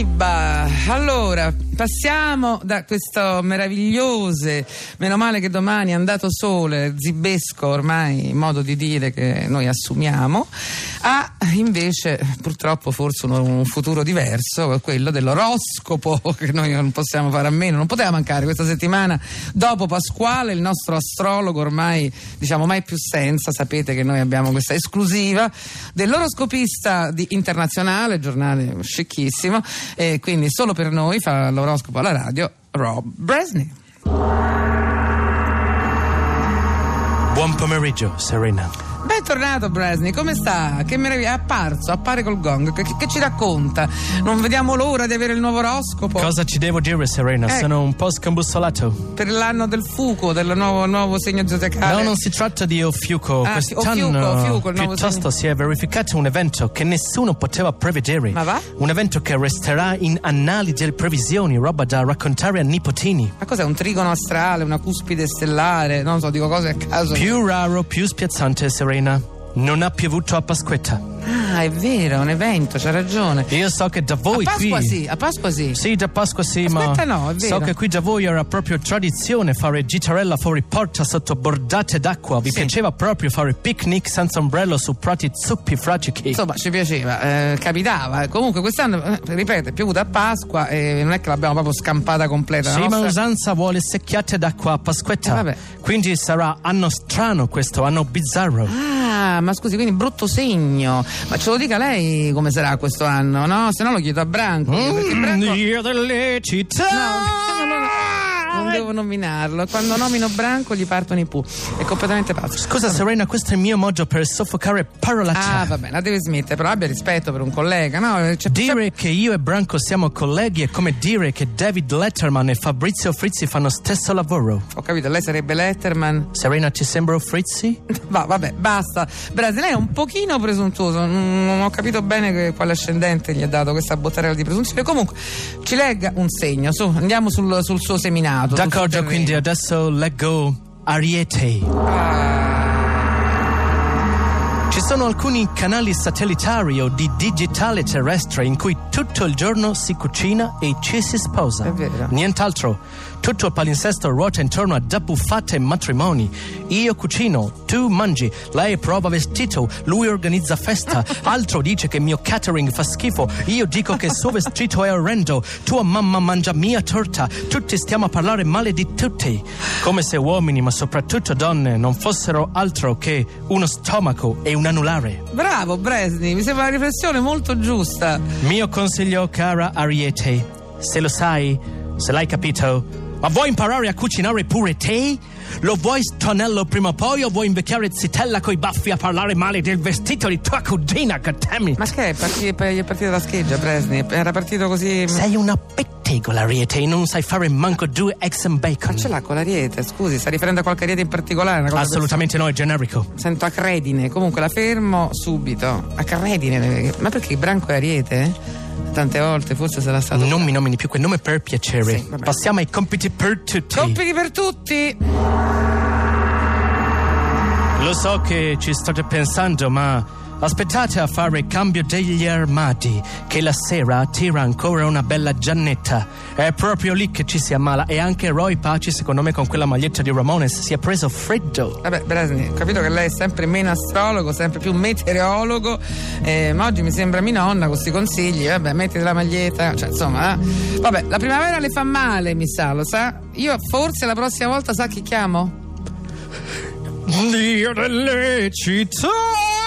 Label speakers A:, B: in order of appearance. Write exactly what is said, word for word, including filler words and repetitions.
A: Giubba. Allora, passiamo da questo meravigliose, meno male che domani è andato sole, zibesco ormai modo di dire che noi assumiamo, a invece purtroppo forse un, un futuro diverso, quello dell'oroscopo, che noi non possiamo fare a meno, non poteva mancare questa settimana dopo Pasquale, il nostro astrologo ormai diciamo mai più senza, sapete che noi abbiamo questa esclusiva dell'oroscopista di Internazionale, giornale scicchissimo, e quindi solo per noi fa l'oroscopo alla radio Rob Bresney.
B: Buon pomeriggio, Serena.
A: Bentornato Bresney, come sta? Che meraviglia, è apparso, appare col gong, che, che ci racconta? Non vediamo l'ora di avere il nuovo oroscopo.
B: Cosa ci devo dire, Serena?
A: Eh.
B: Sono un po' scombussolato.
A: Per l'anno del fuoco, del nuovo, nuovo segno zodiacale.
B: No, non si tratta di Ofiuco.
A: Ah,
B: Quest'anno
A: Ofiuco, Ofiuco, il nuovo
B: piuttosto
A: segno.
B: si è verificato un evento che nessuno poteva prevedere.
A: Ma va?
B: Un evento che resterà in annali delle previsioni, roba da raccontare a nipotini.
A: Ma cos'è? Un trigono astrale, una cuspide stellare? Non so, dico cose a caso.
B: Più raro, più spiazzante, Serena. Non ha piovuto a Pasquetta.
A: Ah, è vero, è un evento, c'ha ragione.
B: Io so che da voi
A: a Pasqua
B: qui
A: sì, a Pasqua sì.
B: Sì, da Pasqua sì,
A: Aspetta,
B: ma
A: no, è vero.
B: so che qui da voi era proprio tradizione fare gitarella fuori porta sotto bordate d'acqua. Vi
A: Sì.
B: piaceva proprio fare picnic senza ombrello su prati zuppi fragici.
A: Insomma, ci piaceva, eh, capitava. Comunque quest'anno, eh, ripeto, è piovuto a Pasqua e non è che l'abbiamo proprio scampata completa.
B: Sì,
A: la nostra...
B: ma usanza vuole secchiate d'acqua a Pasquetta.
A: Eh, vabbè.
B: Quindi sarà anno strano questo, anno bizzarro.
A: Ah, ma scusi, quindi brutto segno. Ma ce lo dica lei come sarà questo anno, no? Se no lo chiedo a Branco. Perché
B: Mm,
A: Branco...
B: Dio delle città.
A: No, no, no, non devo nominarlo. Quando nomino Branco gli partono i pu. È completamente pazzo.
B: Scusa Serena, questo è il mio modo per soffocare parolacce.
A: Ah, va bene, la deve smettere, però abbia rispetto per un collega, no? C'è,
B: Dire che io e Branco siamo colleghi è come dire che David Letterman e Fabrizio Frizzi fanno stesso lavoro.
A: Ho capito, lei sarebbe Letterman.
B: Serena, ti sembro Frizzi?
A: Va, vabbè, basta. Brasi, lei è un pochino presuntuoso. Non, non ho capito bene che, quale ascendente gli ha dato questa bottarella di presunzione. Comunque, ci legga un segno, su, andiamo sul, sul suo seminato. sul suo
B: D'accordo,
A: terreno.
B: quindi adesso leggo Ariete. Ci sono alcuni canali satellitari o di digitale terrestre in cui tutto il giorno si cucina e ci si sposa.
A: È vero.
B: Nient'altro. Tutto il palinsesto ruota intorno a dabbuffate e matrimoni. Io cucino, tu mangi, lei prova vestito, lui organizza festa, altro dice che mio catering fa schifo, io dico che il suo vestito è orrendo, tua mamma mangia mia torta, tutti stiamo a parlare male di tutti. Come se uomini, ma soprattutto donne, non fossero altro che uno stomaco e un anulare.
A: Bravo, Bresni, mi sembra una riflessione molto giusta.
B: Mio consiglio, cara Ariete, se lo sai, se l'hai capito, ma vuoi imparare a cucinare pure te? Lo vuoi stonello prima o poi o vuoi invecchiare zitella coi baffi a parlare male del vestito di tua cugina che temi?
A: Ma che è partito, è partito da scheggia, Bresni? Era partito così...
B: Sei una pettegola, Ariete, e non sai fare manco due eggs and bacon.
A: Ma ce l'ha con l'ariete, scusi, sta riferendo a qualche ariete in particolare? Una cosa
B: Assolutamente no, è generico.
A: per... Sento acredine, comunque la fermo subito. Acredine, ma perché Branco è ariete? Tante volte, forse sarà stato...
B: Non mi nomini più quel nome per piacere.
A: Sì, vabbè.
B: Passiamo ai compiti per tutti.
A: Compiti per tutti!
B: Lo so che ci state pensando, ma aspettate a fare cambio degli armadi, che la sera tira ancora una bella giannetta. È proprio lì che ci si ammala. E anche Roy Paci, secondo me, con quella maglietta di Ramones si è preso freddo.
A: Vabbè, Bresni, ho capito che lei è sempre meno astrologo, sempre più meteorologo, eh, ma oggi mi sembra mia nonna con questi consigli. Vabbè, mettiti la maglietta, cioè insomma, eh. Vabbè, la primavera le fa male, mi sa, lo sa? Io forse la prossima volta sa chi chiamo?
B: Dio delle città.